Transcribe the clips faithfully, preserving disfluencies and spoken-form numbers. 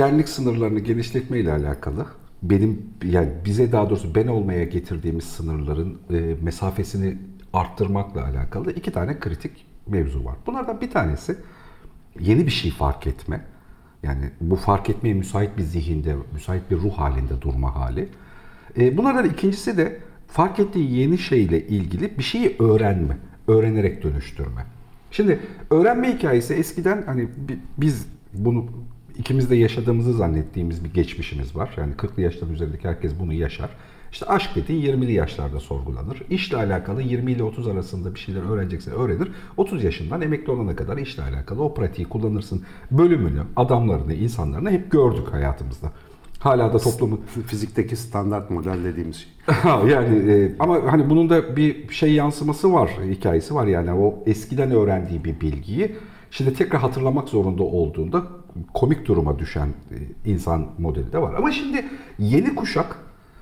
benlik sınırlarını genişletme ile alakalı benim yani bize daha doğrusu ben olmaya getirdiğimiz sınırların e, mesafesini arttırmakla alakalı iki tane kritik mevzu var. Bunlardan bir tanesi yeni bir şey fark etme. Yani bu fark etmeye müsait bir zihinde, müsait bir ruh halinde durma hali. E, bunlardan ikincisi de fark ettiği yeni şeyle ilgili bir şeyi öğrenme, öğrenerek dönüştürme. Şimdi öğrenme hikayesi eskiden hani biz bunu ikimiz de yaşadığımızı zannettiğimiz bir geçmişimiz var. Yani kırklı yaşların üzerindeki herkes bunu yaşar. İşte aşk dediği yirmili yaşlarda sorgulanır. İşle alakalı yirmi ile otuz arasında bir şeyler öğrenecekse öğrenir. otuz yaşından emekli olana kadar işle alakalı o pratiği kullanırsın. Bölümünü, adamlarını, insanlarını hep gördük hayatımızda. Hala da toplumun fizikteki standart model dediğimiz şey. yani e, ama hani bunun da bir şey yansıması var, hikayesi var yani o eskiden öğrendiği bir bilgiyi şimdi tekrar hatırlamak zorunda olduğunda komik duruma düşen e, insan modeli de var. Ama şimdi yeni kuşak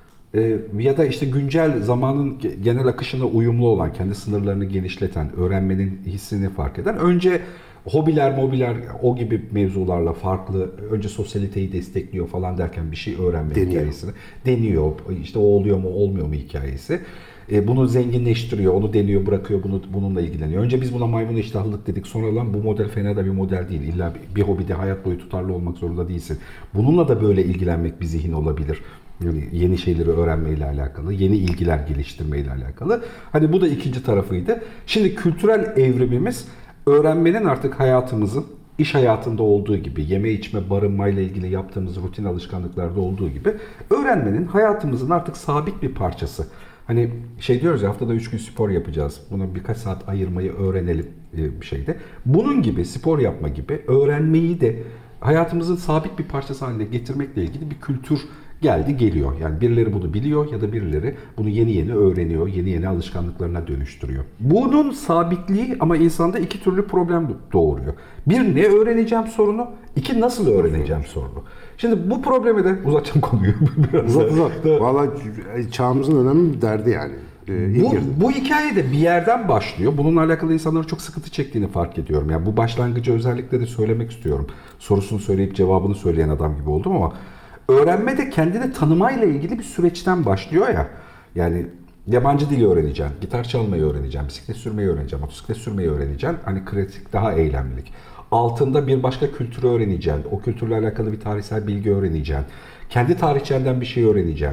e, ya da işte güncel zamanın genel akışına uyumlu olan, kendi sınırlarını genişleten, öğrenmenin hissini fark eden önce hobiler, mobiler o gibi mevzularla farklı, önce sosyaliteyi destekliyor falan derken bir şey öğrenme deniyor. hikayesini deniyor. İşte o oluyor mu olmuyor mu hikayesi. E, bunu zenginleştiriyor, onu deniyor, bırakıyor, bunu bununla ilgileniyor. Önce biz buna maymun iştahlılık dedik. Sonra lan bu model fena da bir model değil. İlla bir, bir hobide hayat boyu tutarlı olmak zorunda değilsin. Bununla da böyle ilgilenmek bir zihin olabilir. Yani yeni şeyleri öğrenmeyle alakalı, yeni ilgiler geliştirmeyle alakalı. Hani bu da ikinci tarafıydı. Şimdi kültürel evrimimiz öğrenmenin artık hayatımızın, iş hayatında olduğu gibi, yeme içme, barınmayla ilgili yaptığımız rutin alışkanlıklarda olduğu gibi öğrenmenin hayatımızın artık sabit bir parçası. Hani şey diyoruz ya haftada üç gün spor yapacağız. Buna birkaç saat ayırmayı öğrenelim bir şeyde. Bunun gibi spor yapma gibi öğrenmeyi de hayatımızın sabit bir parçası haline getirmekle ilgili bir kültür geldi geliyor. Yani birileri bunu biliyor ya da birileri bunu yeni yeni öğreniyor, yeni yeni alışkanlıklarına dönüştürüyor. Bunun sabitliği ama insanda iki türlü problem doğuruyor. Bir, ne öğreneceğim sorunu, iki, nasıl öğreneceğim sorunu. Şimdi bu problemi de uzatacağım konuyu biraz. Uzat uzat. Valla çağımızın önemli bir derdi yani. Ee, bu, bu hikaye de bir yerden başlıyor. Bununla alakalı insanların çok sıkıntı çektiğini fark ediyorum. Yani bu başlangıcı özellikle de söylemek istiyorum. Sorusunu söyleyip cevabını söyleyen adam gibi oldum ama öğrenme de kendini tanımayla ilgili bir süreçten başlıyor ya. Yani yabancı dili öğreneceksin, gitar çalmayı öğreneceksin, bisiklet sürmeyi öğreneceksin, motosiklet sürmeyi öğreneceksin. Hani kritik, daha eylemlilik. Altında bir başka kültürü öğreneceksin. O kültürle alakalı bir tarihsel bilgi öğreneceksin. Kendi tarihçenden bir şey öğreneceksin.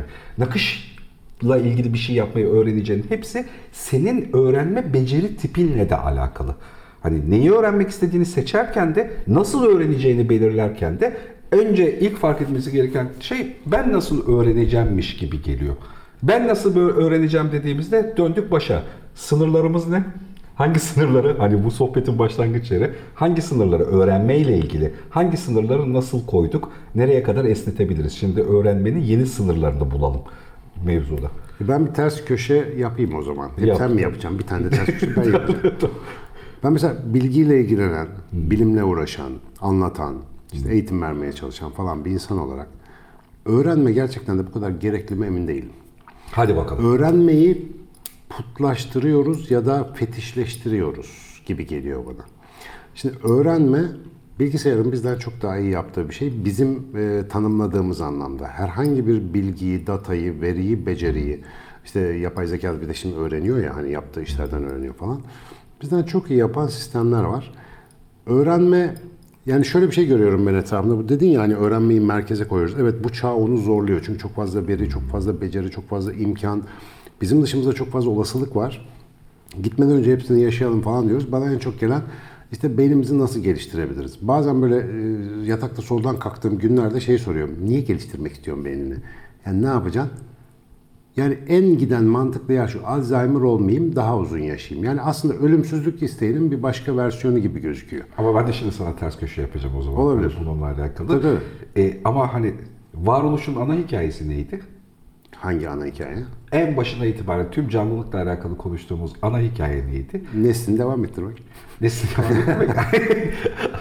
Nakışla ilgili bir şey yapmayı öğreneceksin. Hepsi senin öğrenme beceri tipinle de alakalı. Hani neyi öğrenmek istediğini seçerken de nasıl öğreneceğini belirlerken de önce ilk fark etmesi gereken şey ben nasıl öğreneceğimmiş gibi geliyor. Ben nasıl böyle öğreneceğim dediğimizde döndük başa. Sınırlarımız ne? Hangi sınırları, hani bu sohbetin başlangıç yeri, hangi sınırları öğrenmeyle ilgili, hangi sınırları nasıl koyduk, nereye kadar esnetebiliriz? Şimdi öğrenmenin yeni sınırlarını bulalım mevzuda. Ben bir ters köşe yapayım o zaman. Hep Yap. sen mi yapacaksın? Bir tane de ters köşe ben yapacağım. Ben mesela bilgiyle ilgilenen, bilimle uğraşan, anlatan, işte eğitim vermeye çalışan falan bir insan olarak öğrenme gerçekten de bu kadar gerekli mi emin değilim. Hadi bakalım. Öğrenmeyi putlaştırıyoruz ya da fetişleştiriyoruz gibi geliyor bana. Şimdi öğrenme bilgisayarın bizden çok daha iyi yaptığı bir şey. Bizim e, tanımladığımız anlamda herhangi bir bilgiyi, datayı, veriyi, beceriyi, işte yapay zeka bir de şimdi öğreniyor ya, hani yaptığı işlerden öğreniyor falan. Bizden çok iyi yapan sistemler var. Öğrenme, yani şöyle bir şey görüyorum ben etrafımda. Bu dedin ya, hani öğrenmeyi merkeze koyuyoruz. Evet, bu çağ onu zorluyor. Çünkü çok fazla veri, çok fazla beceri, çok fazla imkan. Bizim dışımızda çok fazla olasılık var. Gitmeden önce hepsini yaşayalım falan diyoruz. Bana en çok gelen işte beynimizi nasıl geliştirebiliriz? Bazen böyle e, yatakta soldan kalktığım günlerde şey soruyorum. Niye geliştirmek istiyorum beynini? Yani ne yapacaksın? Yani en giden mantıklı yer şu: Alzheimer olmayayım, daha uzun yaşayayım. Yani aslında ölümsüzlük isteğinin bir başka versiyonu gibi gözüküyor. Ama ben de şimdi sana ters köşe yapacağım o zaman. Olabilir. Hani bununla alakalı. Tabii, tabii. E, ama hani varoluşun ana hikayesi neydi? Hangi ana hikaye? En başına itibaren tüm canlılıkla alakalı konuştuğumuz ana hikaye neydi? Neslini devam ettirmek. Neslini devam ettirmek.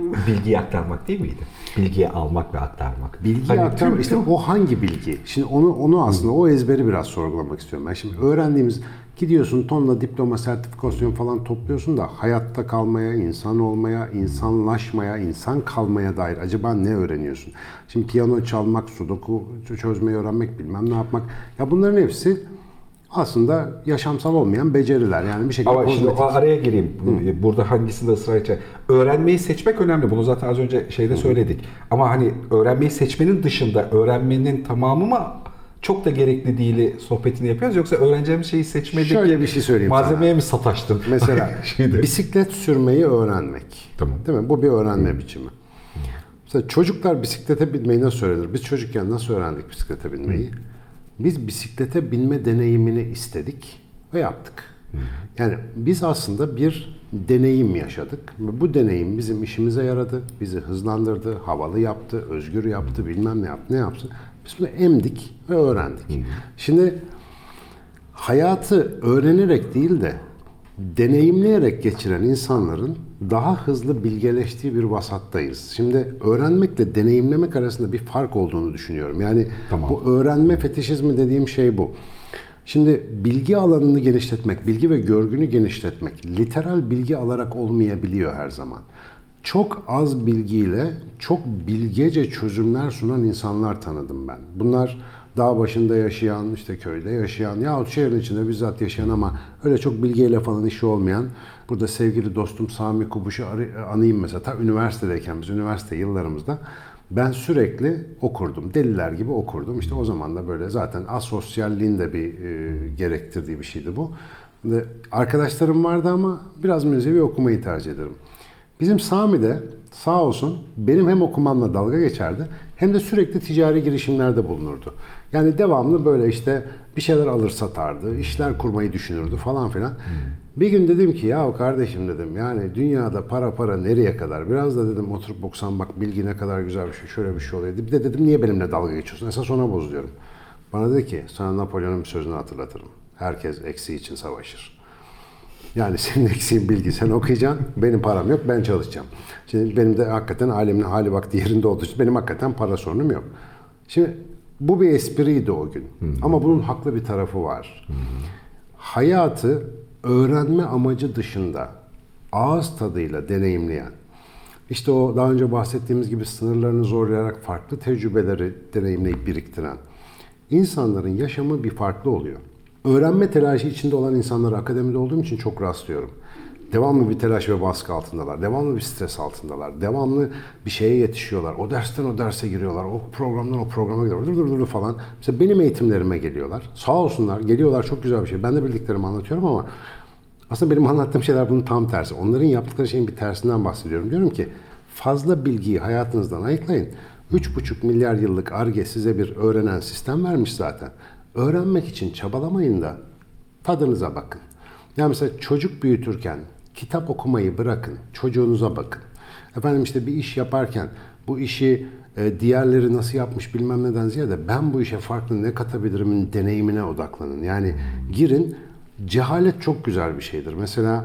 bilgiyi aktarmak değil miydi? Bilgiyi almak ve aktarmak. Bilgiyi Hani aktarmak, tüm- işte o hangi bilgi? Şimdi onu onu aslında o ezberi biraz sorgulamak istiyorum. Ben şimdi öğrendiğimiz, gidiyorsun tonla diploma, sertifikasyon falan topluyorsun da hayatta kalmaya, insan olmaya, insanlaşmaya, insan kalmaya dair acaba ne öğreniyorsun? Şimdi piyano çalmak, sudoku çözmeyi öğrenmek, bilmem ne yapmak. Ya bunların hepsi aslında yaşamsal olmayan beceriler. Yani bir şekilde Ama şimdi o kozmetik. araya gireyim. Burada hangisinde ısrar edeceğim. Öğrenmeyi seçmek önemli. Bunu zaten az önce şeyde söyledik. Ama hani öğrenmeyi seçmenin dışında öğrenmenin tamamı mı çok da gerekli değil sohbetini yapıyoruz. Yoksa öğreneceğimiz şeyi seçmedeki Şöyle bir şey söyleyeyim malzemeye sana. mi sataştın? Mesela Şeyde. bisiklet sürmeyi öğrenmek. Tamam. Değil mi? Bu bir öğrenme biçimi. Mesela çocuklar bisiklete binmeyi nasıl öğrenir? Biz çocukken nasıl öğrendik bisiklete binmeyi? Biz bisiklete binme deneyimini istedik ve yaptık. Yani biz aslında bir deneyim yaşadık. Ve bu deneyim bizim işimize yaradı, bizi hızlandırdı, havalı yaptı, özgür yaptı, bilmem ne yaptı, ne yapsın. Biz bunu emdik ve öğrendik. Şimdi hayatı öğrenerek değil de deneyimleyerek geçiren insanların daha hızlı bilgeleştiği bir vasattayız. Şimdi öğrenmekle deneyimlemek arasında bir fark olduğunu düşünüyorum. Yani Tamam. bu öğrenme fetişizmi dediğim şey bu. Şimdi bilgi alanını genişletmek, bilgi ve görgünü genişletmek, literal bilgi alarak olmayabiliyor her zaman. Çok az bilgiyle çok bilgece çözümler sunan insanlar tanıdım ben. Bunlar dağ başında yaşayan, işte köyde yaşayan yahut şehrin içinde bizzat yaşayan ama öyle çok bilgiyle falan işi olmayan, burada sevgili dostum Sami Kubuş'u anayım mesela. Ta üniversitedeyken, biz üniversite yıllarımızda ben sürekli okurdum. Deliler gibi okurdum. İşte o zaman da böyle zaten asosyalliğin de bir e, gerektirdiği bir şeydi bu. Ve arkadaşlarım vardı ama biraz münzevi okumayı tercih ederim. Bizim Sami de sağ olsun benim hem okumamla dalga geçerdi hem de sürekli ticari girişimlerde bulunurdu. Yani devamlı böyle işte bir şeyler alır satardı, işler kurmayı düşünürdü falan filan. Hmm. Bir gün dedim ki ya kardeşim dedim yani dünyada para para nereye kadar? Biraz da dedim oturup okusan bak bilgi ne kadar güzel bir şey, şöyle bir şey oluyor. Bir de dedim niye benimle dalga geçiyorsun? Esas ona bozuluyorum. Bana dedi ki sana Napolyon'un bir sözünü hatırlatırım. Herkes eksiği için savaşır. Yani senin eksiğin bilgi, sen okuyacaksın, benim param yok, ben çalışacağım. Şimdi benim de hakikaten ailemin hali vakti yerinde olduğu için benim hakikaten para sorunum yok. Şimdi bu bir espriydi o gün. Hı-hı. Ama bunun haklı bir tarafı var. Hı-hı. Hayatı öğrenme amacı dışında ağız tadıyla deneyimleyen, işte o daha önce bahsettiğimiz gibi sınırlarını zorlayarak farklı tecrübeleri deneyimleyip biriktiren insanların yaşamı bir farklı oluyor. Öğrenme telaşı içinde olan insanlara akademide olduğum için çok rastlıyorum. Devamlı bir telaş ve baskı altındalar. Devamlı bir stres altındalar. Devamlı bir şeye yetişiyorlar. O dersten o derse giriyorlar. O programdan o programa gidiyorlar. Dur dur dur falan. Mesela benim eğitimlerime geliyorlar. Sağ olsunlar. Geliyorlar, çok güzel bir şey. Ben de bildiklerimi anlatıyorum ama aslında benim anlattığım şeyler bunun tam tersi. Onların yaptıkları şeyin bir tersinden bahsediyorum. Diyorum ki fazla bilgiyi hayatınızdan ayıklayın. üç buçuk milyar yıllık Ar-Ge size bir öğrenen sistem vermiş zaten. Öğrenmek için çabalamayın da tadınıza bakın. Yani mesela çocuk büyütürken kitap okumayı bırakın, çocuğunuza bakın. Efendim işte bir iş yaparken bu işi e, diğerleri nasıl yapmış bilmem neden ziyade ben bu işe farklı ne katabilirimin deneyimine odaklanın. Yani girin, cehalet çok güzel bir şeydir. Mesela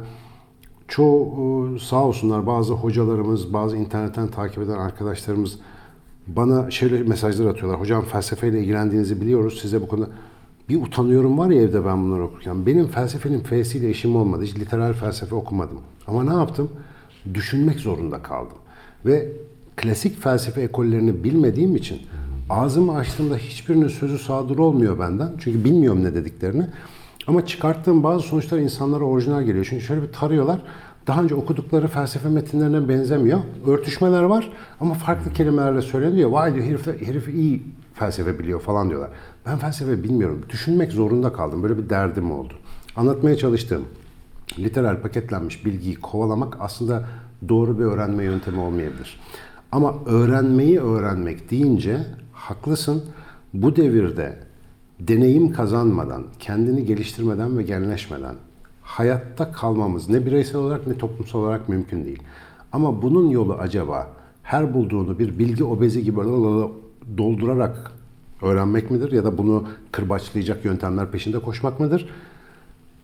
çoğu sağ olsunlar bazı hocalarımız, bazı internetten takip eden arkadaşlarımız bana şöyle mesajlar atıyorlar. Hocam felsefeyle ilgilendiğinizi biliyoruz. Size bu konuda bir utanıyorum var ya evde ben bunları okurken. Benim felsefenin F'siyle işim olmadı. Hiç literal felsefe okumadım. Ama ne yaptım? Düşünmek zorunda kaldım. Ve klasik felsefe ekollerini bilmediğim için ağzımı açtığımda hiçbirinin sözü sadır olmuyor benden. Çünkü bilmiyorum ne dediklerini. Ama çıkarttığım bazı sonuçlar insanlara orijinal geliyor. Çünkü şöyle bir tarıyorlar. Daha önce okudukları felsefe metinlerine benzemiyor. Örtüşmeler var ama farklı kelimelerle söyleniyor. Vay diyor herif, herif iyi felsefe biliyor falan diyorlar. Ben felsefe bilmiyorum. Düşünmek zorunda kaldım. Böyle bir derdim oldu. Anlatmaya çalıştığım literal paketlenmiş bilgiyi kovalamak aslında doğru bir öğrenme yöntemi olmayabilir. Ama öğrenmeyi öğrenmek deyince haklısın. Bu devirde deneyim kazanmadan, kendini geliştirmeden ve genleşmeden hayatta kalmamız ne bireysel olarak ne toplumsal olarak mümkün değil. Ama bunun yolu acaba her bulduğunu bir bilgi obezi gibi doldurarak öğrenmek midir? Ya da bunu kırbaçlayacak yöntemler peşinde koşmak mıdır?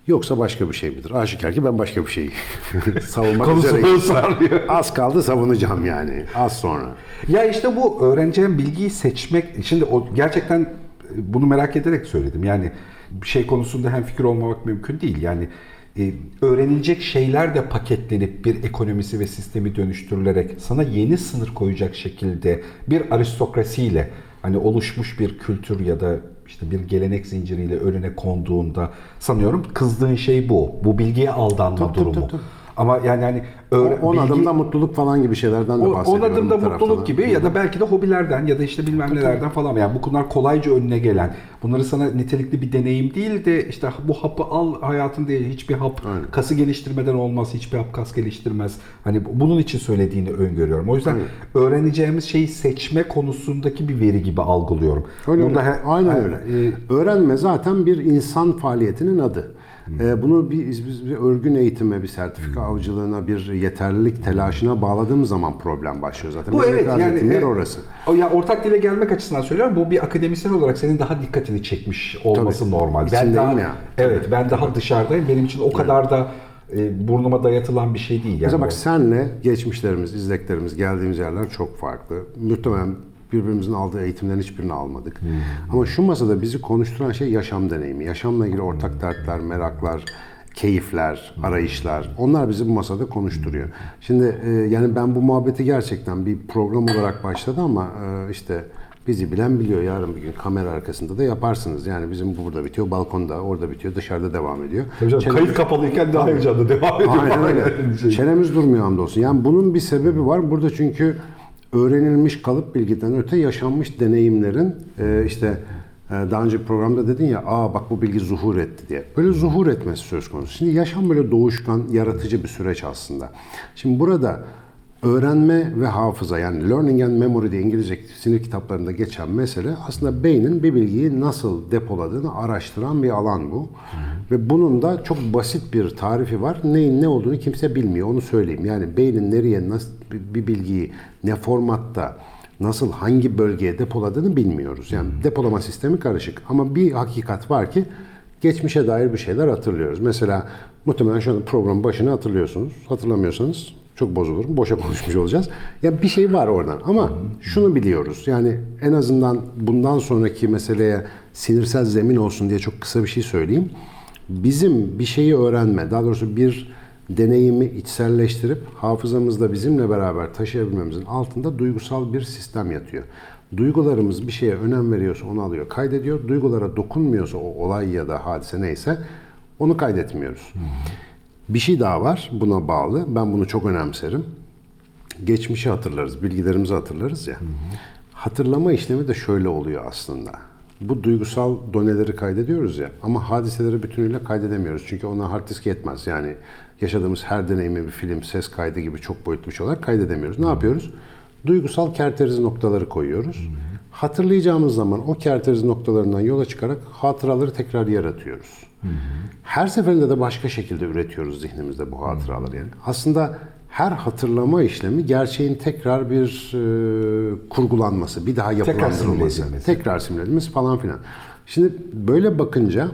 Yoksa başka bir şey midir? Aşikar ki ben başka bir şeyi savunmak Konusu üzereyim. sarıyor. Az kaldı savunacağım yani. Az sonra. Ya işte bu öğreneceğim bilgiyi seçmek, şimdi o gerçekten bunu merak ederek söyledim. Yani bir şey konusunda hemfikir olmamak mümkün değil. Yani e, öğrenilecek şeyler de paketlenip bir ekonomisi ve sistemi dönüştürülerek sana yeni sınır koyacak şekilde bir aristokrasiyle hani oluşmuş bir kültür ya da işte bir gelenek zinciriyle önüne konduğunda sanıyorum kızdığın şey bu. Bu bilgiye aldanma Tabii, tabii, durumu. tabii, tabii. Ama yani hani öğre- on bilgi- adımda mutluluk falan gibi şeylerden de O- bahsediyorum. On adımda bir taraftan. mutluluk gibi ya da belki de hobilerden ya da işte bilmem nelerden falan. Yani bu bunlar kolayca önüne gelen. Bunları sana nitelikli bir deneyim değil de işte bu hapı al hayatın diye hiçbir hap Aynen. kası geliştirmeden olmaz. Hiçbir hap kas geliştirmez. Hani bu- bunun için söylediğini öngörüyorum. O yüzden Aynen. öğreneceğimiz şeyi seçme konusundaki bir veri gibi algılıyorum. Öyle Burada öyle. he- Aynen he- öyle. e, Öğrenme zaten bir insan faaliyetinin adı. Ee, bunu biz, biz bir örgün eğitime, bir sertifika avcılığına, bir yeterlilik telaşına bağladığımız zaman problem başlıyor zaten. Bu Benim evet itiraz yani ettiğim yer e, orası. O ya ortak dile gelmek açısından söylüyorum. Bu bir akademisyen olarak senin daha dikkatini çekmiş olması Tabii. normal. Ben İçindeyim daha ya. evet ben daha dışarıdayım. Benim için o kadar da e, burnuma dayatılan bir şey değil yani. Mesela bak o. senle geçmişlerimiz, izleklerimiz, geldiğimiz yerler çok farklı. Muhtemelen birbirimizin aldığı eğitimlerin hiçbirini almadık. Ama şu masada bizi konuşturan şey yaşam deneyimi. Yaşamla ilgili ortak dertler, meraklar, keyifler, arayışlar. Onlar bizi bu masada konuşturuyor. Şimdi e, yani ben bu muhabbeti gerçekten bir program olarak başladı ama e, işte bizi bilen biliyor. Yarın bir gün kamera arkasında da yaparsınız. Yani bizim burada bitiyor, balkonda, orada bitiyor, dışarıda devam ediyor. Tabii canım, Çene- kayıt kapalıyken daha heyecanlı devam ediyor. Aynen öyle. Şey. Çenemiz durmuyor hamdolsun. Yani bunun bir sebebi var. Burada çünkü öğrenilmiş kalıp bilgiden öte yaşanmış deneyimlerin e, işte e, daha önce bir programda dedin ya, aa bak bu bilgi zuhur etti diye. Böyle zuhur etmesi söz konusu. Şimdi yaşam böyle doğuşkan, yaratıcı bir süreç aslında. Şimdi burada öğrenme ve hafıza, yani learning and memory diye İngilizce sinir kitaplarında geçen mesele aslında beynin bir bilgiyi nasıl depoladığını araştıran bir alan bu. Ve bunun da çok basit bir tarifi var. Neyin ne olduğunu kimse bilmiyor, onu söyleyeyim. Yani beynin nereye nasıl bir bilgiyi, ne formatta, nasıl, hangi bölgeye depoladığını bilmiyoruz. Yani depolama sistemi karışık. Ama bir hakikat var ki geçmişe dair bir şeyler hatırlıyoruz. Mesela muhtemelen şu an programın başını hatırlıyorsunuz. Hatırlamıyorsanız çok bozulurum. Boşa konuşmuş olacağız. Ya bir şey var oradan ama şunu biliyoruz. Yani en azından bundan sonraki meseleye sinirsel zemin olsun diye çok kısa bir şey söyleyeyim. Bizim bir şeyi öğrenme, daha doğrusu bir deneyimi içselleştirip hafızamızda bizimle beraber taşıyabilmemizin altında duygusal bir sistem yatıyor. Duygularımız bir şeye önem veriyorsa onu alıyor, kaydediyor. Duygulara dokunmuyorsa o olay ya da hadise neyse onu kaydetmiyoruz. Bir şey daha var buna bağlı. Ben bunu çok önemserim. Geçmişi hatırlarız, bilgilerimizi hatırlarız ya. Hı hı. Hatırlama işlemi de şöyle oluyor aslında. Bu duygusal doneleri kaydediyoruz ya ama hadiseleri bütünüyle kaydedemiyoruz. Çünkü ona hard disk yetmez. Yani yaşadığımız her deneyimi bir film, ses kaydı gibi çok boyutlu bir şey olarak kaydedemiyoruz. Ne hı. yapıyoruz? Duygusal kerteriz noktaları koyuyoruz. Hı hı. Hatırlayacağımız zaman o kerteriz noktalarından yola çıkarak hatıraları tekrar yaratıyoruz. Hı hı. Her seferinde de başka şekilde üretiyoruz zihnimizde bu hatıraları yani. Aslında her hatırlama işlemi gerçeğin tekrar bir e, kurgulanması, bir daha yapılandırılması, tekrar, tekrar simüle edilmesi falan filan. Şimdi böyle bakınca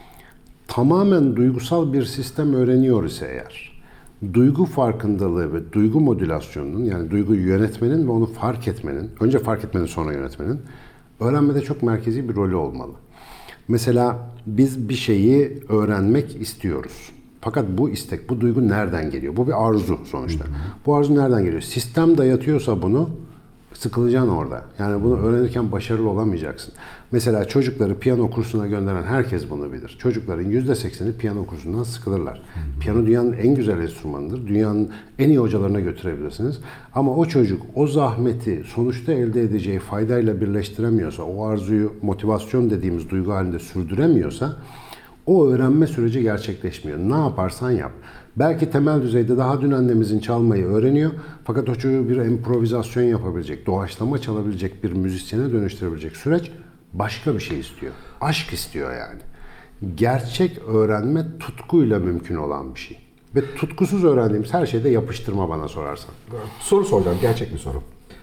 tamamen duygusal bir sistem öğreniyor ise eğer, duygu farkındalığı ve duygu modülasyonunun, yani duyguyu yönetmenin ve onu fark etmenin, önce fark etmenin sonra yönetmenin öğrenmede çok merkezi bir rolü olmalı. Mesela biz bir şeyi öğrenmek istiyoruz. Fakat bu istek, bu duygu nereden geliyor? Bu bir arzu sonuçta. Hı hı. Bu arzu nereden geliyor? Sistem dayatıyorsa bunu, sıkılacaksın orada. Yani bunu öğrenirken başarılı olamayacaksın. Mesela çocukları piyano kursuna gönderen herkes bunu bilir. Çocukların yüzde sekseni piyano kursundan sıkılırlar. Hı hı. Piyano dünyanın en güzel enstrümanıdır. Dünyanın en iyi hocalarına götürebilirsiniz. Ama o çocuk o zahmeti sonuçta elde edeceği faydayla birleştiremiyorsa, o arzuyu motivasyon dediğimiz duygu halinde sürdüremiyorsa, o öğrenme süreci gerçekleşmiyor. Ne yaparsan yap. Belki temel düzeyde daha dün annemizin çalmayı öğreniyor. Fakat o çocuğu bir improvizasyon yapabilecek, doğaçlama çalabilecek bir müzisyene dönüştürebilecek süreç başka bir şey istiyor. Aşk istiyor yani. Gerçek öğrenme tutkuyla mümkün olan bir şey. Ve tutkusuz öğrendiğimiz her şeyde yapıştırma bana sorarsan. Soru soracağım, gerçek bir soru.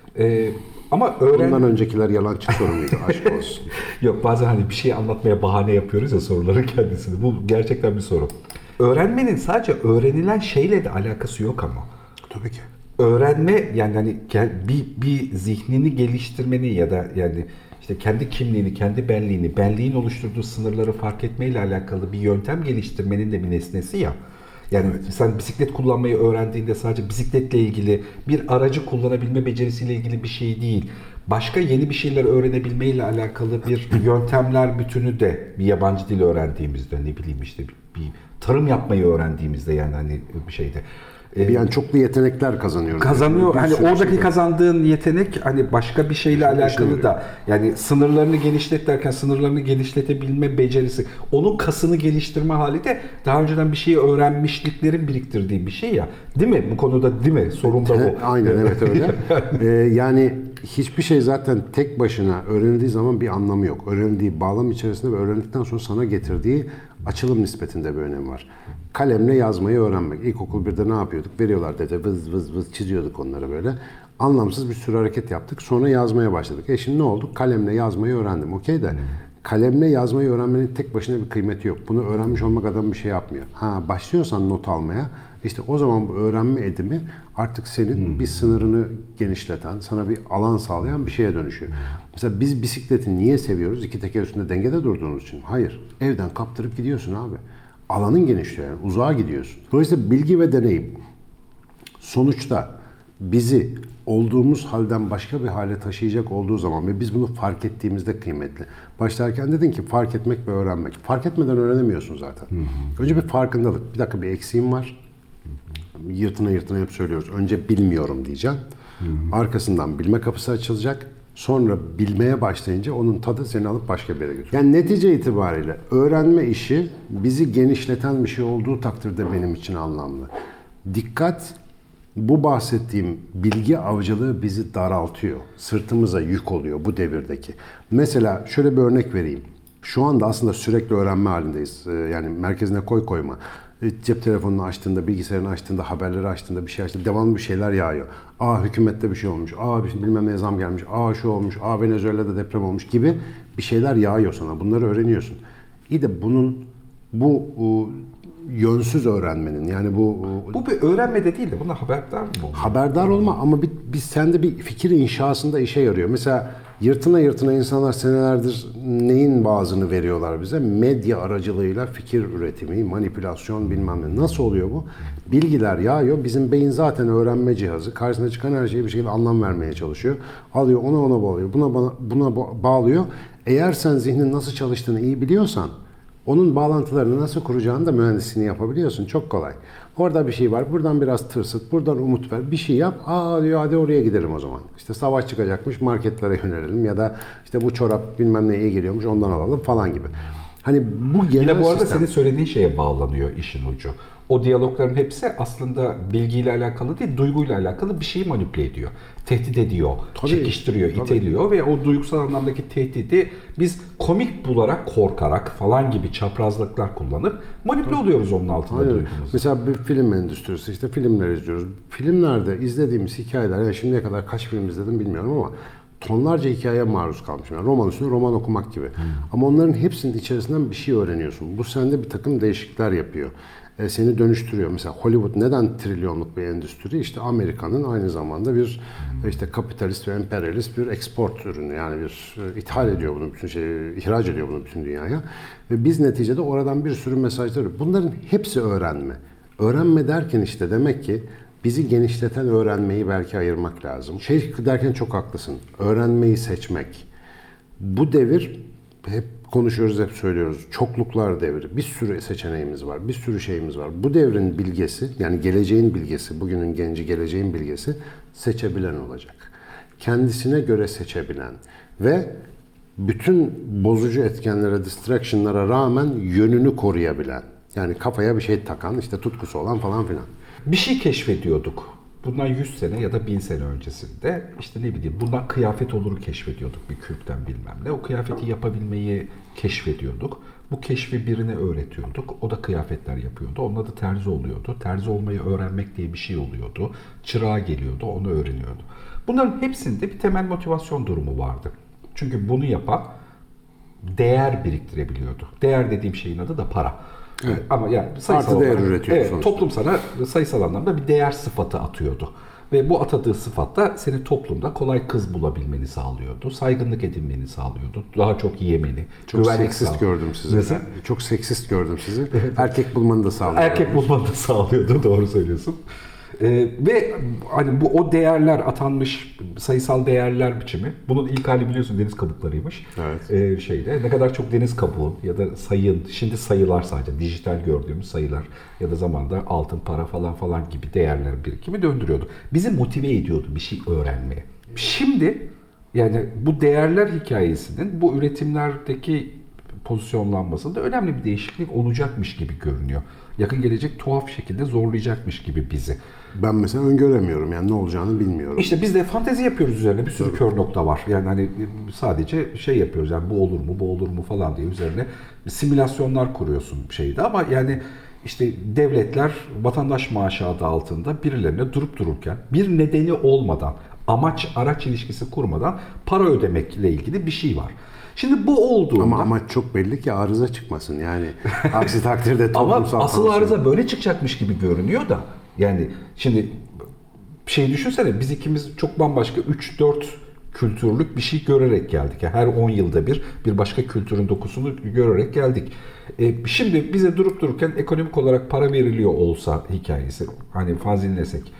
Ee, ama öğren... Bundan öncekiler yalancı soru muydu? Aşk olsun. Yok, bazen hani bir şey anlatmaya bahane yapıyoruz ya soruların kendisini. Bu gerçekten bir soru. Öğrenmenin sadece öğrenilen şeyle de alakası yok ama. Tabii ki. Öğrenme yani hani bir, bir zihnini geliştirmeni ya da yani işte kendi kimliğini, kendi benliğini, benliğin oluşturduğu sınırları fark etmeyle alakalı bir yöntem geliştirmenin de bir nesnesi ya. Yani evet. Sen bisiklet kullanmayı öğrendiğinde sadece bisikletle ilgili bir aracı kullanabilme becerisiyle ilgili bir şey değil. Başka yeni bir şeyler öğrenebilmeyle alakalı bir yöntemler bütünü de bir yabancı dil öğrendiğimizde, ne bileyim işte bir, bir tarım yapmayı öğrendiğimizde yani hani bir şeyde. Bir yani çoklu yetenekler kazanıyoruz. Kazanıyor. Yani hani oradaki şey kazandığın yetenek hani başka bir şeyle alakalı da yani sınırlarını genişlet derken sınırlarını genişletebilme becerisi. Onun kasını geliştirme hali de daha önceden bir şeyi öğrenmişliklerin biriktirdiği bir şey ya. Değil mi? Bu konuda değil mi? Sorun da bu. Aynen evet öyle. ee, yani hiçbir şey zaten tek başına öğrenildiği zaman bir anlamı yok. Öğrenildiği bağlam içerisinde ve öğrendikten sonra sana getirdiği açılım nispetinde bir önemi var. Kalemle yazmayı öğrenmek. İlkokul birde ne yapıyorduk? Veriyorlar dedi vız vız vız çiziyorduk onları böyle. Anlamsız bir sürü hareket yaptık. Sonra yazmaya başladık. E şimdi ne oldu? Kalemle yazmayı öğrendim. Okey de kalemle yazmayı öğrenmenin tek başına bir kıymeti yok. Bunu öğrenmiş olmak adam bir şey yapmıyor. Ha başlıyorsan not almaya işte o zaman bu öğrenme edimi artık senin hmm. bir sınırını genişleten, sana bir alan sağlayan bir şeye dönüşüyor. Mesela biz bisikleti niye seviyoruz? İki teker üstünde dengede durduğunuz için. Hayır. Evden kaptırıp gidiyorsun abi. Alanın genişliyor yani. Uzağa gidiyorsun. Dolayısıyla bilgi ve deneyim sonuçta bizi olduğumuz halden başka bir hale taşıyacak olduğu zaman ve biz bunu fark ettiğimizde kıymetli. Başlarken dedin ki fark etmek ve öğrenmek. Fark etmeden öğrenemiyorsun zaten. Hı hı. Önce bir farkındalık. Bir dakika bir eksiğim var. Hı hı. Yırtına yırtına hep söylüyoruz. Önce bilmiyorum diyeceğim. Hı hı. Arkasından bilme kapısı açılacak. Sonra bilmeye başlayınca onun tadı seni alıp başka bir yere götürüyor. Yani netice itibariyle öğrenme işi bizi genişleten bir şey olduğu takdirde benim için anlamlı. Dikkat, bu bahsettiğim bilgi avcılığı bizi daraltıyor. Sırtımıza yük oluyor bu devirdeki. Mesela şöyle bir örnek vereyim. Şu anda aslında sürekli öğrenme halindeyiz. Yani merkezine koy koyma. Cep telefonunu açtığında, bilgisayarını açtığında, haberleri açtığında bir şey açtığında devamlı bir şeyler yağıyor. Aa hükümette bir şey olmuş, aa bilmem ne zam gelmiş, aa şu olmuş, aa Venezuela'da deprem olmuş gibi bir şeyler yağıyor sana. Bunları öğreniyorsun. İyi de bunun bu yönsüz öğrenmenin yani bu... Bu bir öğrenme de değil de buna haberdar mı oluyor? Haberdar olma ama bir, bir sende bir fikir inşasında işe yarıyor. Mesela yırtına yırtına insanlar senelerdir neyin bazını veriyorlar bize? Medya aracılığıyla fikir üretimi, manipülasyon bilmem ne. Nasıl oluyor bu? Bilgiler yağıyor. Bizim beyin zaten öğrenme cihazı. Karşısına çıkan her şeye bir şekilde anlam vermeye çalışıyor. Alıyor ona ona bağlıyor. Buna, bana, buna bağlıyor. Eğer sen zihnin nasıl çalıştığını iyi biliyorsan onun bağlantılarını nasıl kuracağını da mühendisliğini yapabiliyorsun. Çok kolay. Orada bir şey var. Buradan biraz tırsıt. Buradan umut ver. Bir şey yap. Aa diyor hadi oraya gidelim o zaman. İşte savaş çıkacakmış. Marketlere yönelelim. Ya da işte bu çorap bilmem neye geliyormuş. Ondan alalım falan gibi. Hani bu genel Yine bu arada sistem... senin söylediğin şeye bağlanıyor işin ucu. O diyalogların hepsi aslında bilgiyle alakalı değil, duyguyla alakalı bir şeyi manipüle ediyor. Tehdit ediyor, tabii, çekiştiriyor, tabii. iteliyor ve o duygusal anlamdaki tehdidi biz komik bularak, korkarak falan gibi çaprazlıklar kullanıp manipüle tabii. oluyoruz onun altında duygumuzu. Mesela bir film endüstrisi, işte filmler izliyoruz. Filmlerde izlediğimiz hikayeler, yani şimdiye kadar kaç film izledim bilmiyorum ama tonlarca hikayeye maruz kalmışım. Yani roman üstüne roman okumak gibi. Hmm. Ama onların hepsinin içerisinden bir şey öğreniyorsun. Bu sende bir takım değişiklikler yapıyor. E, seni dönüştürüyor. Mesela Hollywood neden trilyonluk bir endüstri? İşte Amerika'nın aynı zamanda bir hmm. işte kapitalist ve emperyalist bir export ürünü. Yani bir e, ithal ediyor bunu bütün şey, ihraç ediyor bunu bütün dünyaya. Ve biz neticede oradan bir sürü mesajlar. Bunların hepsi öğrenme. Öğrenme derken işte demek ki bizi genişleten öğrenmeyi belki ayırmak lazım. Şey derken çok haklısın. Öğrenmeyi seçmek. Bu devir hep konuşuyoruz, hep söylüyoruz. Çokluklar devri. Bir sürü seçeneğimiz var. Bir sürü şeyimiz var. Bu devrin bilgesi, yani geleceğin bilgesi, bugünün genci geleceğin bilgesi seçebilen olacak. Kendisine göre seçebilen ve bütün bozucu etkenlere, distraction'lara rağmen yönünü koruyabilen. Yani kafaya bir şey takan, işte tutkusu olan falan filan. Bir şey keşfediyorduk. Bundan yüz sene ya da bin sene öncesinde işte ne bileyim bundan kıyafet oluru keşfediyorduk bir kürkten bilmem ne. O kıyafeti yapabilmeyi keşfediyorduk. Bu keşfi birine öğretiyorduk. O da kıyafetler yapıyordu. Onun adı terzi oluyordu. Terzi olmayı öğrenmek diye bir şey oluyordu. Çırağa geliyordu, onu öğreniyordu. Bunların hepsinde bir temel motivasyon durumu vardı. Çünkü bunu yapan değer biriktirebiliyordu. Değer dediğim şeyin adı da para. Evet. Ama yani sayısal Artı değer olarak, üretiyor evet, sonuçta. toplum sana sayısal anlamda bir değer sıfatı atıyordu. Ve bu atadığı sıfat da seni toplumda kolay kız bulabilmeni sağlıyordu. Saygınlık edinmeni sağlıyordu. Daha çok yemeni. Çok güvenlik seksist sağ- gördüm sizi. Nasıl? Çok seksist gördüm sizi. Erkek bulmanı da sağlıyor. Erkek bulmanı da sağlıyordu. Doğru söylüyorsun. Ee, ve hani bu o değerler atanmış sayısal değerler biçimi. Bunun ilk hali biliyorsun deniz kabuklarıymış. Evet. Ee, şeyde ne kadar çok deniz kabuğun ya da sayın, şimdi sayılar sadece dijital gördüğümüz sayılar ya da zamanda altın, para falan falan gibi değerler birikimi döndürüyordu. Bizi motive ediyordu bir şey öğrenmeye. Şimdi yani bu değerler hikayesinin bu üretimlerdeki pozisyonlanmasında önemli bir değişiklik olacakmış gibi görünüyor. Yakın gelecek tuhaf şekilde zorlayacakmış gibi bizi. Ben mesela öngöremiyorum, yani ne olacağını bilmiyorum. İşte biz de fantezi yapıyoruz üzerine. Bir sürü kör nokta var. Yani hani sadece şey yapıyoruz. Yani bu olur mu, bu olur mu falan diye üzerine simülasyonlar kuruyorsun şeyde ama yani işte devletler vatandaş maaşı adı altında birilerine durup dururken bir nedeni olmadan, amaç araç ilişkisi kurmadan para ödemekle ilgili bir şey var. Şimdi bu olduğunda... Ama amaç çok belli ki arıza çıkmasın. Yani aksi takdirde Ama toplumsal asıl tansiyon- arıza böyle çıkacakmış gibi görünüyor da. Yani şimdi şey düşünsene biz ikimiz çok bambaşka üç dört kültürlük bir şey görerek geldik. Yani her on yılda bir bir başka kültürün dokusunu görerek geldik. E, şimdi bize durup dururken ekonomik olarak para veriliyor olsa hikayesi hani fanzinlesek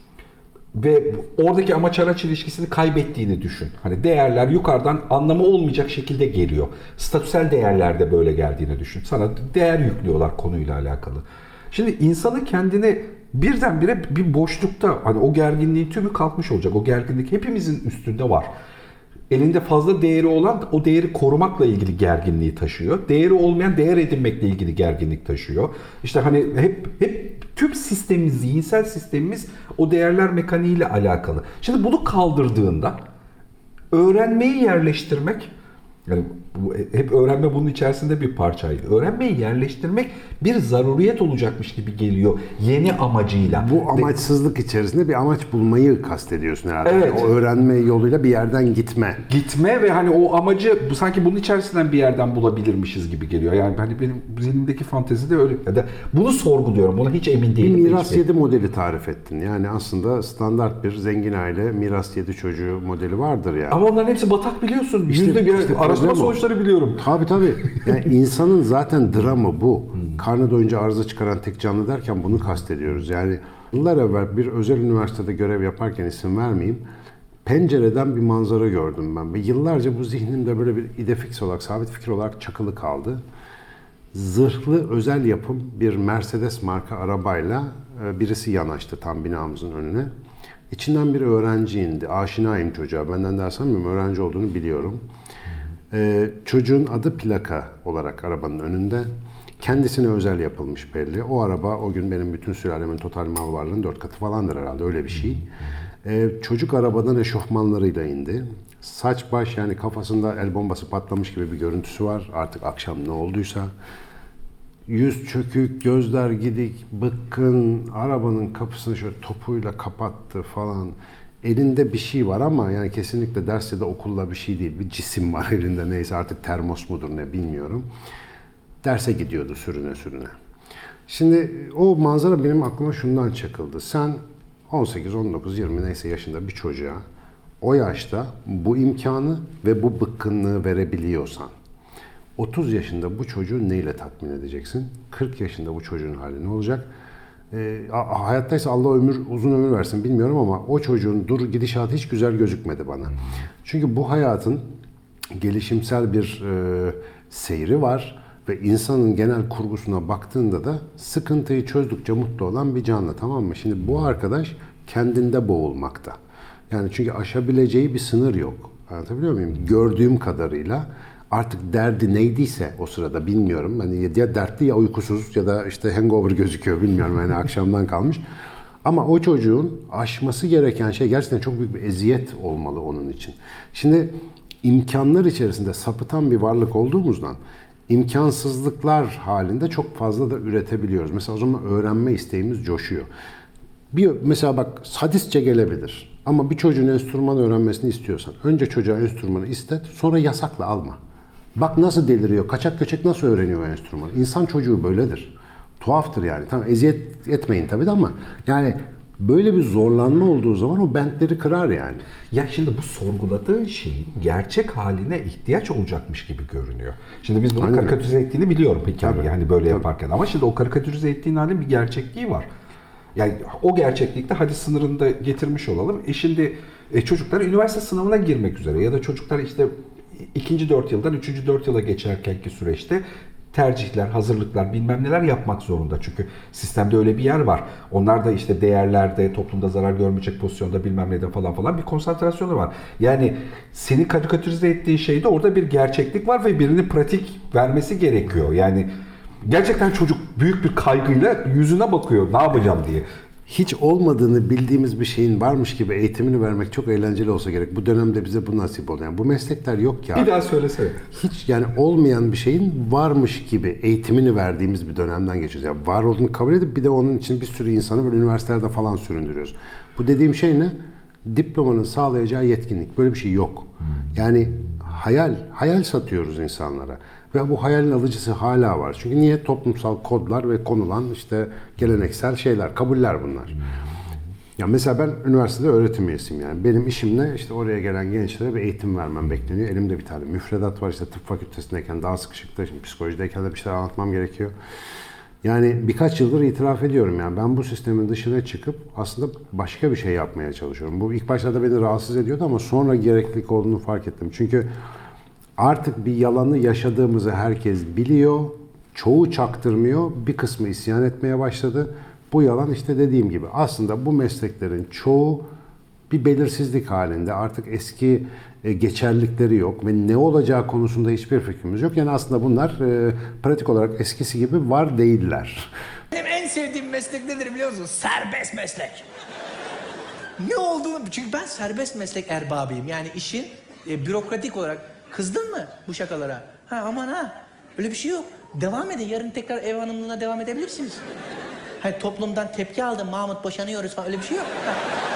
ve oradaki amaç araç ilişkisini kaybettiğini düşün. Hani değerler yukarıdan anlamı olmayacak şekilde geliyor. Statüsel değerler de böyle geldiğini düşün. Sana değer yüklüyorlar konuyla alakalı. Şimdi insanın kendini birdenbire bir boşlukta hani o gerginliğin tümü kalkmış olacak. O gerginlik hepimizin üstünde var. Elinde fazla değeri olan o değeri korumakla ilgili gerginliği taşıyor. Değeri olmayan değer edinmekle ilgili gerginlik taşıyor. İşte hani hep hep tüm sistemimiz, zihinsel sistemimiz o değerler mekaniğiyle alakalı. Şimdi bunu kaldırdığında öğrenmeyi yerleştirmek, yani bu, hep öğrenme bunun içerisinde bir parçaydı. Öğrenmeyi yerleştirmek bir zaruriyet olacakmış gibi geliyor yeni amacıyla. Bu amaçsızlık içerisinde bir amaç bulmayı kastediyorsun herhalde. Evet. Yani o öğrenme yoluyla bir yerden gitme. Gitme ve hani o amacı bu sanki bunun içerisinden bir yerden bulabilirmişiz gibi geliyor. Yani hani benim zihnimdeki fantezi de öyle. Ya da bunu sorguluyorum. Buna hiç emin Bir değilim. miras Hiçbir- yedi modeli tarif ettin. Yani aslında standart bir zengin aile miras yedi çocuğu modeli vardır ya. Ama onların hepsi batak biliyorsun. İşte- Yüzde bir işte araştırma problem o. sonuçları biliyorum. Tabii tabii. Yani insanın zaten dramı bu. Karnı doyunca arıza çıkaran tek canlı derken bunu kastediyoruz. Yani yıllar evvel bir özel üniversitede görev yaparken isim vermeyeyim. Pencereden bir manzara gördüm ben ve yıllarca bu zihnimde böyle bir ide fix olarak, sabit fikir olarak çakılı kaldı. Zırhlı özel yapım bir Mercedes marka arabayla e, birisi yanaştı tam binamızın önüne. İçinden bir öğrenci indi. Aşinayım çocuğa. Benden ders almıyorum. Öğrenci olduğunu biliyorum. Ee, çocuğun adı plaka olarak arabanın önünde. Kendisine özel yapılmış belli. O araba o gün benim bütün sülalemin total mal varlığının dört katı falandır herhalde, öyle bir şey. Ee, çocuk arabadan eşofmanlarıyla indi. Saç baş, yani kafasında el bombası patlamış gibi bir görüntüsü var. Artık akşam ne olduysa. Yüz çökük, gözler gidik, bıkkın, arabanın kapısını şöyle topuyla kapattı falan. Elinde bir şey var ama yani kesinlikle ders ya da okulla bir şey değil. Bir cisim var elinde, neyse artık termos mudur ne bilmiyorum. Derse gidiyordu sürüne sürüne. Şimdi o manzara benim aklıma şundan çakıldı. Sen on sekiz, on dokuz, yirmi neyse yaşında bir çocuğa o yaşta bu imkanı ve bu bıkkınlığı verebiliyorsan otuz yaşında bu çocuğu neyle tatmin edeceksin? kırk yaşında bu çocuğun hali ne olacak? E, hayattaysa Allah ömür uzun ömür versin bilmiyorum ama o çocuğun dur gidişatı hiç güzel gözükmedi bana. Çünkü bu hayatın gelişimsel bir e, seyri var ve insanın genel kurgusuna baktığında da sıkıntıyı çözdükçe mutlu olan bir canlı, tamam mı? Şimdi bu arkadaş kendinde boğulmakta. Yani çünkü aşabileceği bir sınır yok. Anlatabiliyor muyum? Gördüğüm kadarıyla artık derdi neydiyse o sırada bilmiyorum. Hani ya dertli ya uykusuz ya da işte hangover gözüküyor bilmiyorum, yani akşamdan kalmış. Ama o çocuğun aşması gereken şey gerçekten çok büyük bir eziyet olmalı onun için. Şimdi imkanlar içerisinde sapıtan bir varlık olduğumuzdan imkansızlıklar halinde çok fazla da üretebiliyoruz. Mesela o zaman öğrenme isteğimiz coşuyor. Bir, mesela bak sadistçe gelebilir. Ama bir çocuğun enstrüman öğrenmesini istiyorsan önce çocuğa enstrümanı istet, sonra yasakla alma. Bak nasıl deliriyor, kaçak göçek nasıl öğreniyor o enstrümanı. İnsan çocuğu böyledir. Tuhaftır yani. Tamam eziyet etmeyin tabii de ama yani böyle bir zorlanma olduğu zaman o bentleri kırar yani. Ya şimdi bu sorguladığın şeyin gerçek haline ihtiyaç olacakmış gibi görünüyor. Şimdi biz bunu Aynen. karikatürize ettiğini biliyorum peki Tabii. yani böyle Tabii. yaparken. Ama şimdi o karikatürize ettiğin halin bir gerçekliği var. Yani o gerçeklikte hadi sınırında getirmiş olalım. E şimdi e, çocuklar üniversite sınavına girmek üzere ya da çocuklar işte ikinci dört yıldan üçüncü dört yıla geçerkenki süreçte tercihler, hazırlıklar, bilmem neler yapmak zorunda. Çünkü sistemde öyle bir yer var. Onlar da işte değerlerde, toplumda zarar görmeyecek pozisyonda bilmem neden falan falan bir konsantrasyonu var. Yani senin karikatürize ettiğin şeyde orada bir gerçeklik var ve birinin pratik vermesi gerekiyor. Yani gerçekten çocuk büyük bir kaygıyla yüzüne bakıyor ne yapacağım diye. Hiç olmadığını bildiğimiz bir şeyin varmış gibi eğitimini vermek çok eğlenceli olsa gerek. Bu dönemde bize bu nasip oldu. Yani bu meslekler yok ya. Bir daha söylesene. Hiç yani olmayan bir şeyin varmış gibi eğitimini verdiğimiz bir dönemden geçiyoruz. Yani var olduğunu kabul edip bir de onun için bir sürü insanı böyle üniversitelerde falan süründürüyoruz. Bu dediğim şey ne? Diplomanın sağlayacağı yetkinlik. Böyle bir şey yok. Yani hayal, hayal satıyoruz insanlara. Ve bu hayalin alıcısı hala var. Çünkü niye? Toplumsal kodlar ve konulan işte geleneksel şeyler, kabuller bunlar. Ya mesela ben üniversitede öğretim üyesiyim yani. Benim işim ne? İşte oraya gelen gençlere bir eğitim vermem bekleniyor. Elimde bir tane müfredat var. İşte tıp fakültesindeyken daha sıkışıkta, şimdi psikolojideyken de bir şeyler anlatmam gerekiyor. Yani birkaç yıldır itiraf ediyorum yani ben bu sistemin dışına çıkıp aslında başka bir şey yapmaya çalışıyorum. Bu ilk başlarda beni rahatsız ediyordu ama sonra gereklilik olduğunu fark ettim. Çünkü artık bir yalanı yaşadığımızı herkes biliyor. Çoğu çaktırmıyor. Bir kısmı isyan etmeye başladı. Bu yalan işte dediğim gibi aslında bu mesleklerin çoğu bir belirsizlik halinde. Artık eski e, geçerlilikleri yok ve ne olacağı konusunda hiçbir fikrimiz yok. Yani aslında bunlar e, pratik olarak eskisi gibi var değiller. Benim en sevdiğim meslek nedir biliyor musun? Serbest meslek. Ne olduğunu... Çünkü ben serbest meslek erbabıyım. Yani işin e, bürokratik olarak... Kızdın mı bu şakalara? Ha aman ha. Öyle bir şey yok. Devam edin. Yarın tekrar ev hanımlığına devam edebilirsiniz. Hani toplumdan tepki aldım. Mahmut boşanıyoruz falan. Öyle bir şey yok. Ha.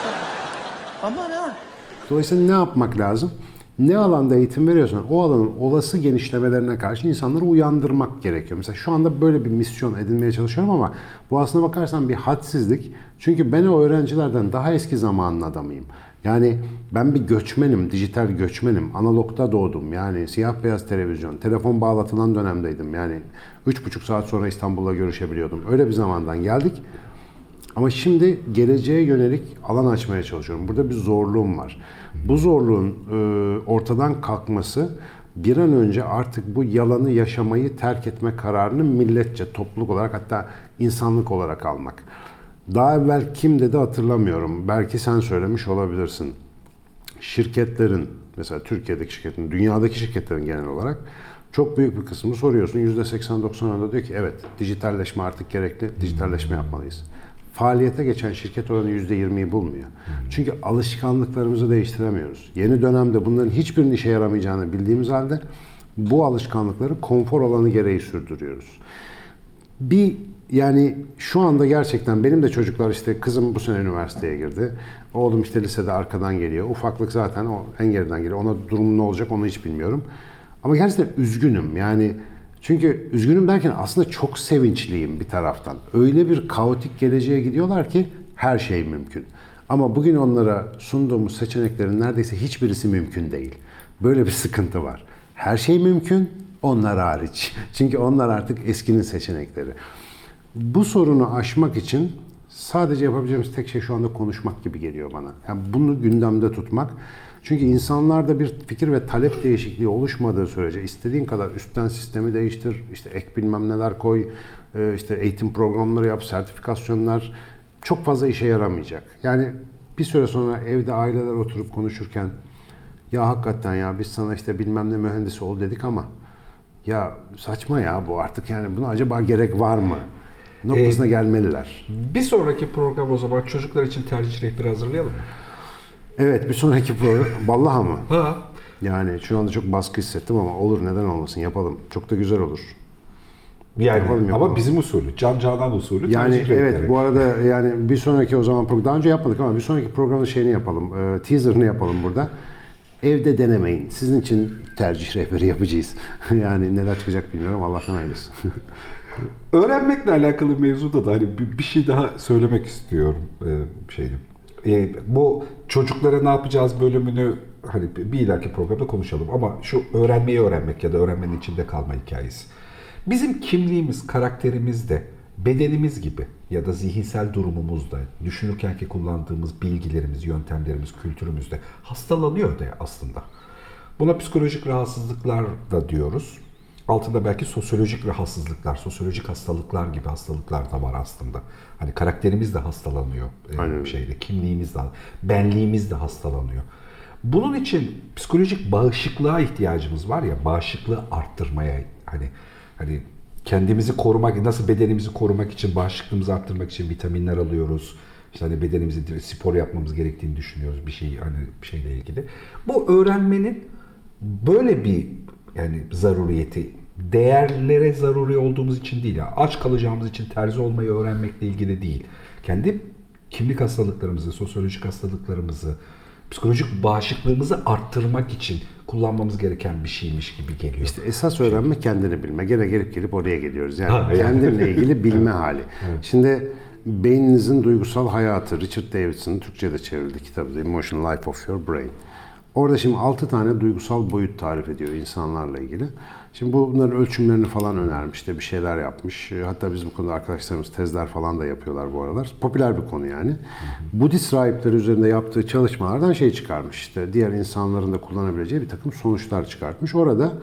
Aman ha. Dolayısıyla ne yapmak lazım? Ne alanda eğitim veriyorsan o alanın olası genişlemelerine karşı insanları uyandırmak gerekiyor. Mesela şu anda böyle bir misyon edinmeye çalışıyorum ama bu aslına bakarsan bir hadsizlik. Çünkü ben o öğrencilerden daha eski zamanın adamıyım. Yani ben bir göçmenim, dijital göçmenim. Analogda doğdum. Yani siyah beyaz televizyon, telefon bağlatılan dönemdeydim. Yani üç buçuk saat sonra İstanbul'la görüşebiliyordum. Öyle bir zamandan geldik. Ama şimdi geleceğe yönelik alan açmaya çalışıyorum. Burada bir zorluğum var. Bu zorluğun e, ortadan kalkması bir an önce artık bu yalanı yaşamayı terk etme kararını milletçe, topluluk olarak hatta insanlık olarak almak. Daha evvel kim dedi hatırlamıyorum. Belki sen söylemiş olabilirsin. Şirketlerin, mesela Türkiye'deki şirketin, dünyadaki şirketlerin genel olarak çok büyük bir kısmını soruyorsun. yüzde seksen doksan oranda diyor ki evet dijitalleşme artık gerekli, dijitalleşme yapmalıyız. Faaliyete geçen şirket oranı yüzde yirmiyi bulmuyor. Çünkü alışkanlıklarımızı değiştiremiyoruz. Yeni dönemde bunların hiçbirinin işe yaramayacağını bildiğimiz halde bu alışkanlıkları konfor alanı gereği sürdürüyoruz. Bir yani şu anda gerçekten benim de çocuklar işte kızım bu sene üniversiteye girdi. Oğlum işte lisede arkadan geliyor. Ufaklık zaten o en geriden geliyor. Ona durum ne olacak onu hiç bilmiyorum. Ama gerçekten üzgünüm. Yani çünkü üzgünüm derken aslında çok sevinçliyim bir taraftan. Öyle bir kaotik geleceğe gidiyorlar ki her şey mümkün. Ama bugün onlara sunduğumuz seçeneklerin neredeyse hiçbirisi mümkün değil. Böyle bir sıkıntı var. Her şey mümkün, onlar hariç. Çünkü onlar artık eskinin seçenekleri. Bu sorunu aşmak için sadece yapabileceğimiz tek şey şu anda konuşmak gibi geliyor bana. Yani bunu gündemde tutmak. Çünkü insanlarda bir fikir ve talep değişikliği oluşmadığı sürece istediğin kadar üstten sistemi değiştir, işte ek bilmem neler koy, işte eğitim programları yap, sertifikasyonlar çok fazla işe yaramayacak. Yani bir süre sonra evde aileler oturup konuşurken ya hakikaten ya biz sana işte bilmem ne mühendisi ol dedik ama ya saçma ya bu artık yani buna acaba gerek var mı? Noktasına ee, gelmeliler. Bir sonraki program o zaman çocuklar için tercih rehberi hazırlayalım mı? Evet bir sonraki program. Vallahi mı? Ha. Yani şu anda çok baskı hissettim ama olur, neden olmasın, yapalım. Çok da güzel olur. Yani Yapalım, yapalım. ama bizim usulü, Can Canan usulü. Yani tercih evet, renkleri. bu arada yani bir sonraki o zaman program, daha önce yapmadık ama bir sonraki programın şeyini yapalım. E, teaserını yapalım burada. Evde denemeyin. Sizin için tercih rehberi yapacağız. Yani neler çıkacak bilmiyorum. Allah'tan hayırlısı. Öğrenmekle alakalı mevzuda da hani bir, bir şey daha söylemek istiyorum e, şeydim. E, bu çocuklara ne yapacağız bölümünü hani bir ileriki programda konuşalım ama şu öğrenmeyi öğrenmek ya da öğrenmenin içinde kalma hikayesi. Bizim kimliğimiz, karakterimiz de bedenimiz gibi ya da zihinsel durumumuzda, düşünürkenki kullandığımız bilgilerimiz, yöntemlerimiz, kültürümüz de hastalanıyor da aslında. Buna psikolojik rahatsızlıklar da diyoruz. Altında belki sosyolojik rahatsızlıklar, sosyolojik hastalıklar gibi hastalıklar da var aslında. Hani karakterimiz de hastalanıyor e, şeyde, kimliğimiz de, benliğimiz de hastalanıyor. Bunun için psikolojik bağışıklığa ihtiyacımız var ya, bağışıklığı arttırmaya, hani hani kendimizi korumak, nasıl bedenimizi korumak için, bağışıklığımızı arttırmak için vitaminler alıyoruz. İşte hani bedenimizi spor yapmamız gerektiğini düşünüyoruz bir şey, hani bir şeyle ilgili. Bu öğrenmenin böyle bir yani zaruriyeti, değerlere zaruri olduğumuz için değil. Yani aç kalacağımız için terzi olmayı öğrenmekle ilgili değil. Kendi kimlik hastalıklarımızı, sosyolojik hastalıklarımızı, psikolojik bağışıklığımızı arttırmak için kullanmamız gereken bir şeymiş gibi geliyor. İşte esas öğrenme kendini bilme. Gene gelip gelip oraya geliyoruz. Yani Ha, yani. kendinle ilgili bilme hali. Şimdi Beyninizin Duygusal Hayatı, Richard Davidson'ın Türkçe'de çevrildi kitabı, The Emotional Life of Your Brain. Orada şimdi altı tane duygusal boyut tarif ediyor insanlarla ilgili. Şimdi bunların ölçümlerini falan önermiş de bir şeyler yapmış. Hatta biz bu konuda arkadaşlarımız tezler falan da yapıyorlar bu aralar. Popüler bir konu yani. Hı hı. Budist rahipler üzerinde yaptığı çalışmalardan şey çıkarmış. İşte diğer insanların da kullanabileceği bir takım sonuçlar çıkartmış. Orada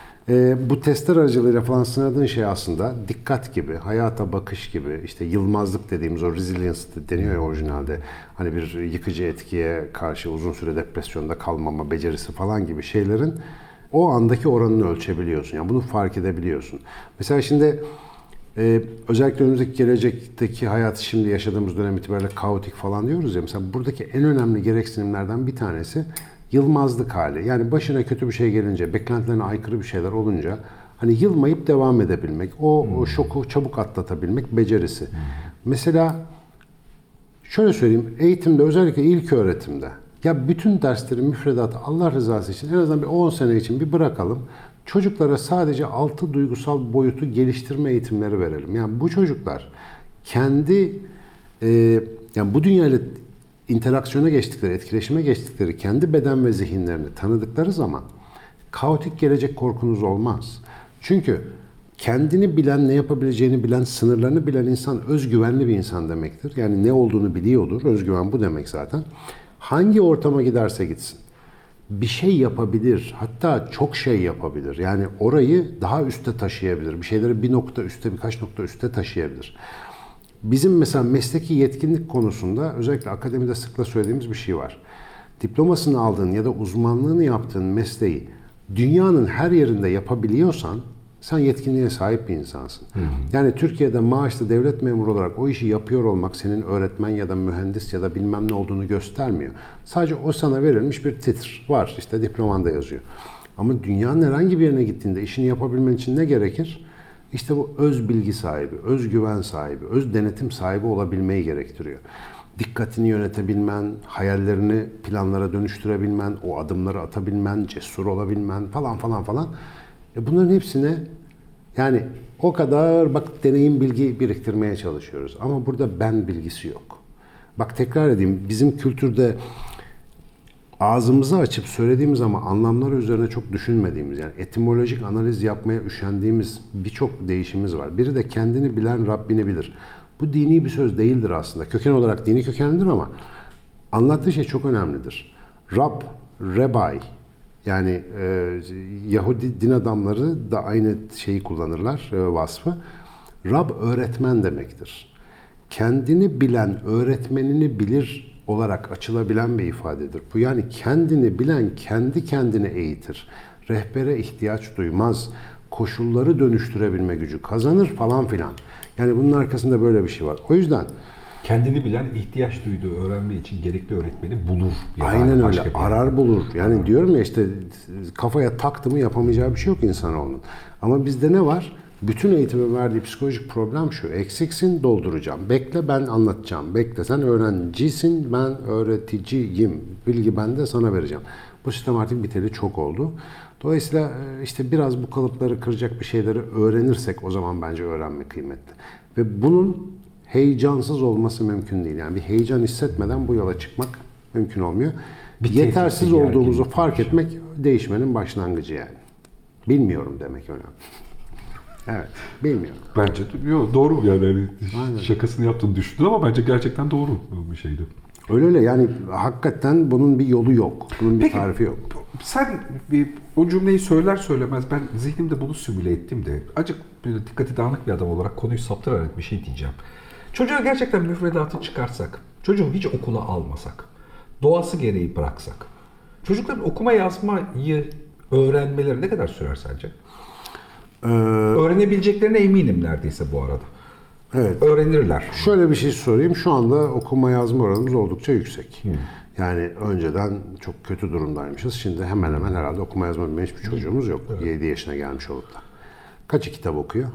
e, bu testler aracılığıyla falan sınadığın şey aslında dikkat gibi, hayata bakış gibi, işte yılmazlık dediğimiz o resilience deniyor ya orijinalde. Hani bir yıkıcı etkiye karşı uzun süre depresyonda kalmama becerisi falan gibi şeylerin o andaki oranını ölçebiliyorsun. Yani bunu fark edebiliyorsun. Mesela şimdi e, özellikle önümüzdeki gelecekteki hayatı şimdi yaşadığımız dönem itibariyle kaotik falan diyoruz ya. Mesela buradaki en önemli gereksinimlerden bir tanesi yılmazlık hali. Yani başına kötü bir şey gelince, beklentilerine aykırı bir şeyler olunca hani yılmayıp devam edebilmek, o, hmm. o şoku çabuk atlatabilmek becerisi. Hmm. Mesela şöyle söyleyeyim, eğitimde özellikle ilk öğretimde ya bütün derslerin müfredatı Allah rızası için en azından bir on sene için bir bırakalım. Çocuklara sadece altı duygusal boyutu geliştirme eğitimleri verelim. Yani bu çocuklar kendi e, yani bu dünyayla interaksiyona geçtikleri, etkileşime geçtikleri kendi beden ve zihinlerini tanıdıkları zaman kaotik gelecek korkunuz olmaz. Çünkü kendini bilen, ne yapabileceğini bilen, sınırlarını bilen insan özgüvenli bir insan demektir. Yani ne olduğunu biliyordur. Özgüven bu demek zaten. Hangi ortama giderse gitsin bir şey yapabilir. Hatta çok şey yapabilir. Yani orayı daha üste taşıyabilir. Bir şeyleri bir nokta üste, birkaç nokta üste taşıyabilir. Bizim mesela mesleki yetkinlik konusunda özellikle akademide sıkla söylediğimiz bir şey var. Diplomasını aldığın ya da uzmanlığını yaptığın mesleği dünyanın her yerinde yapabiliyorsan sen yetkinliğe sahip bir insansın. Hı hı. Yani Türkiye'de maaşlı devlet memuru olarak o işi yapıyor olmak senin öğretmen ya da mühendis ya da bilmem ne olduğunu göstermiyor. Sadece o sana verilmiş bir titr var. İşte diplomanda yazıyor. Ama dünyanın herhangi bir yerine gittiğinde işini yapabilmen için ne gerekir? İşte bu öz bilgi sahibi, öz güven sahibi, öz denetim sahibi olabilmeyi gerektiriyor. Dikkatini yönetebilmen, hayallerini planlara dönüştürebilmen, o adımları atabilmen, cesur olabilmen falan falan falan. E bunların hepsine yani o kadar bak deneyim bilgi biriktirmeye çalışıyoruz. Ama burada ben bilgisi yok. Bak tekrar edeyim, bizim kültürde ağzımızı açıp söylediğimiz ama anlamları üzerine çok düşünmediğimiz, yani etimolojik analiz yapmaya üşendiğimiz birçok değişimimiz var. Biri de kendini bilen Rabbini bilir. Bu dini bir söz değildir aslında. Köken olarak dini kökenlidir ama anlattığı şey çok önemlidir. Rab, Rabbi, yani e, Yahudi din adamları da aynı şeyi kullanırlar, e, vasfı. Rab öğretmen demektir. Kendini bilen, öğretmenini bilir olarak açılabilen bir ifadedir. Bu yani kendini bilen kendi kendine eğitir. Rehbere ihtiyaç duymaz. Koşulları dönüştürebilme gücü kazanır falan filan. Yani bunun arkasında böyle bir şey var. O yüzden kendini bilen, ihtiyaç duyduğu öğrenme için gerekli öğretmeni bulur. Ya da Aynen başka öyle. bir- Arar bulur. Yani diyorum ya işte kafaya taktı mı yapamayacağı bir şey yok insanoğlunun. Ama bizde ne var? Bütün eğitimin verdiği psikolojik problem şu. Eksiksin, dolduracağım. Bekle, ben anlatacağım. Bekle, sen öğrencisin, ben öğreticiyim. Bilgi bende, sana vereceğim. Bu sistem artık biteli çok oldu. Dolayısıyla işte biraz bu kalıpları kıracak bir şeyleri öğrenirsek o zaman bence öğrenme kıymetli. Ve bunun heyecansız olması mümkün değil. Yani bir heyecan hissetmeden bu yola çıkmak mümkün olmuyor. Bir Yetersiz tehdit, bir olduğumuzu gerginlik, fark bir şey. etmek değişmenin başlangıcı yani. Bilmiyorum demek önemli. Evet, bilmiyorum. Bence de- yo, doğru yani hani Aynen. şakasını yaptığını düşündün ama bence gerçekten doğru bir şeydi. Öyle öyle yani hakikaten bunun bir yolu yok. Bunun bir Peki, tarifi yok. Sen bir, o cümleyi söyler söylemez ben zihnimde bunu simüle ettim de acık böyle dikkati dağınık bir adam olarak konuyu saptırarak bir şey diyeceğim. Çocuğa gerçekten müfredatı çıkarsak, çocuğu hiç okula almasak, doğası gereği bıraksak, çocukların okuma yazmayı öğrenmeleri ne kadar sürer sence? Ee, Öğrenebileceklerine eminim neredeyse bu arada. evet. Öğrenirler. Şöyle bir şey sorayım. Şu anda okuma yazma oranımız oldukça yüksek. Yani önceden çok kötü durumdaymışız. Şimdi hemen hemen herhalde okuma yazma bilmeyen hiçbir çocuğumuz yok. yedi yaşına gelmiş olup da. Kaçı kitap okuyor?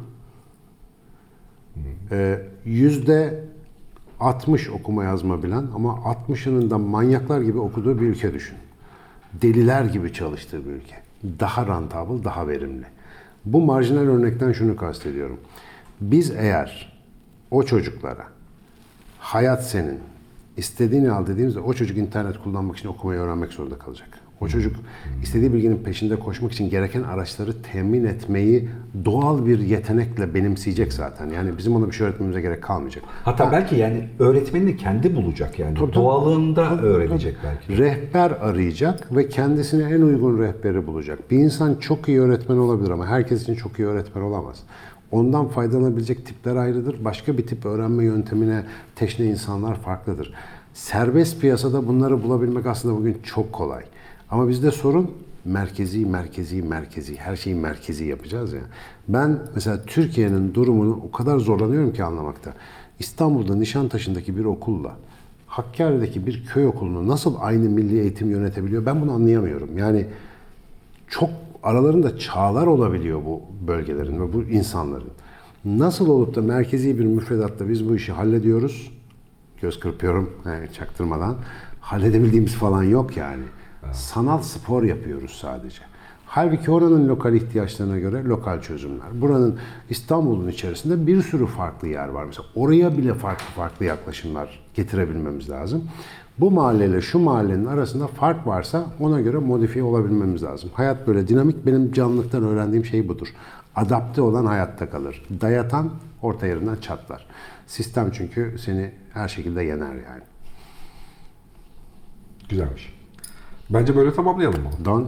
Ee, Yüzde altmış okuma yazma bilen ama altmışının da manyaklar gibi okuduğu bir ülke düşün. Deliler gibi çalıştığı bir ülke. Daha rentable, daha verimli. Bu marjinal örnekten şunu kastediyorum. Biz eğer o çocuklara hayat senin, istediğini al dediğimizde o çocuk internet kullanmak için okumayı öğrenmek zorunda kalacak. O çocuk istediği bilginin peşinde koşmak için gereken araçları temin etmeyi doğal bir yetenekle benimseyecek zaten. Yani bizim ona bir şey öğretmemize gerek kalmayacak. Hatta belki yani öğretmenini kendi bulacak yani. Tabii, tabii. Doğalında Tabii, öğrenecek tabii. belki. Rehber arayacak ve kendisine en uygun rehberi bulacak. Bir insan çok iyi öğretmen olabilir ama herkes için çok iyi öğretmen olamaz. Ondan faydalanabilecek tipler ayrıdır. Başka bir tip öğrenme yöntemine teşne insanlar farklıdır. Serbest piyasada bunları bulabilmek aslında bugün çok kolay. Ama bizde sorun merkezi, merkezi, merkezi. Her şeyi merkezi yapacağız ya. Ben mesela Türkiye'nin durumunu o kadar zorlanıyorum ki anlamakta. İstanbul'da Nişantaşı'ndaki bir okulla Hakkari'deki bir köy okulunu nasıl aynı milli eğitim yönetebiliyor? Ben bunu anlayamıyorum. Yani çok aralarında çağlar olabiliyor bu bölgelerin ve bu insanların. Nasıl olup da merkezi bir müfredatta biz bu işi hallediyoruz? Göz kırpıyorum yani çaktırmadan. Halledebildiğimiz falan yok yani. Sanal spor yapıyoruz sadece. Halbuki oranın lokal ihtiyaçlarına göre lokal çözümler. Buranın İstanbul'un içerisinde bir sürü farklı yer var. Mesela oraya bile farklı farklı yaklaşımlar getirebilmemiz lazım. Bu mahalleyle şu mahallenin arasında fark varsa ona göre modifiye olabilmemiz lazım. Hayat böyle dinamik. Benim canlılıktan öğrendiğim şey budur. Adapte olan hayatta kalır. Dayatan orta yerinden çatlar. Sistem çünkü seni her şekilde yener yani. Güzelmiş. Bence böyle tamamlayalım mı? Don